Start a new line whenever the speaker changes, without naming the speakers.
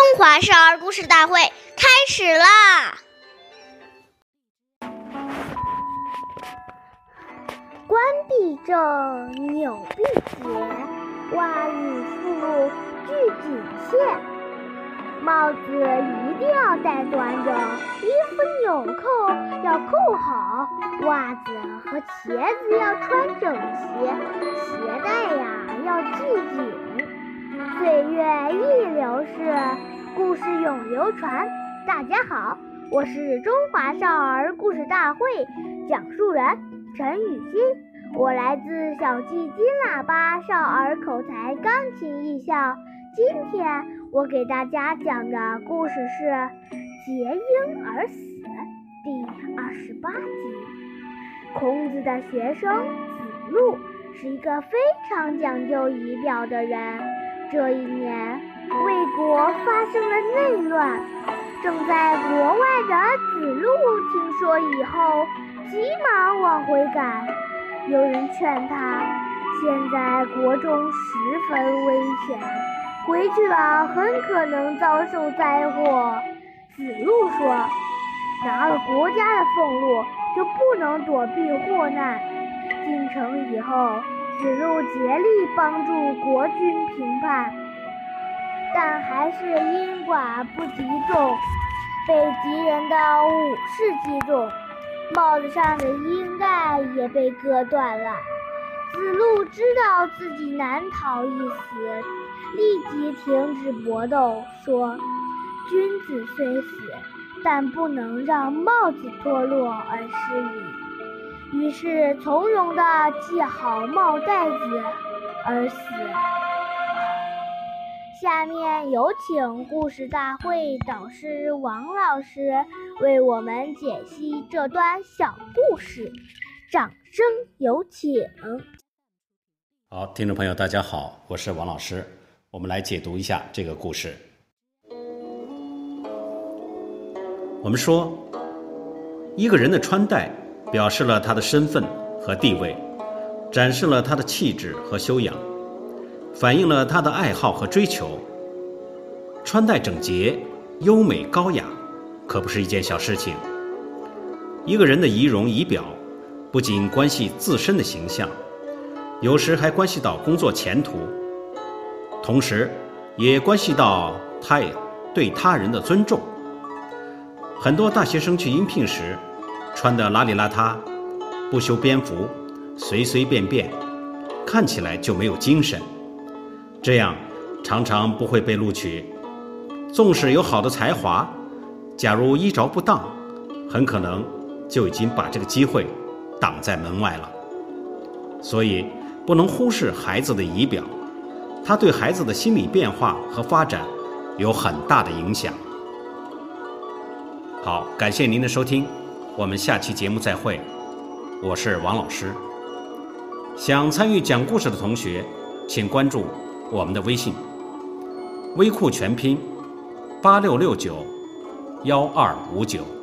华少儿故事大会开始啦！
冠必正，纽必结，袜与裤俱紧线。帽子一定要戴端正，衣服纽扣要扣好，袜子和鞋子要穿整齐，鞋带要系紧。岁月易流逝，故事永流传。大家好，我是中华少儿故事大会讲述人陈雨欣，我来自小季金喇叭少儿口才钢琴艺校。今天我给大家讲的故事是结婴而死第28集。孔子的学生子路是一个非常讲究仪表的人。这一年，魏国发生了内乱，正在国外的子路听说以后，急忙往回赶。有人劝他，现在国中十分危险，回去了很可能遭受灾祸。子路说，拿了国家的俸禄，就不能躲避祸难。进城以后，子路竭力帮助国君平叛，但还是因寡不敌众，被敌人的武士击中，帽子上的缨带也被割断了。子路知道自己难逃一死，立即停止搏斗，说：君子虽死，但不能让帽子脱落而失礼。于是从容地系好帽带子而死。下面有请故事大会导师王老师为我们解析这段小故事，掌声有请。
好，听众朋友大家好，我是王老师，我们来解读一下这个故事。我们说，一个人的穿戴表示了他的身份和地位，展示了他的气质和修养，反映了他的爱好和追求。穿戴整洁、优美高雅，可不是一件小事情。一个人的仪容仪表，不仅关系自身的形象，有时还关系到工作前途，同时也关系到他对他人的尊重。很多大学生去应聘时，穿得邋里邋遢，不修边幅，随随便便，看起来就没有精神，这样常常不会被录取。纵使有好的才华，假如衣着不当，很可能就已经把这个机会挡在门外了。所以不能忽视孩子的仪表，它对孩子的心理变化和发展有很大的影响。好，感谢您的收听，我们下期节目再会，我是王老师。想参与讲故事的同学，请关注我们的微信，微库全拼86691259。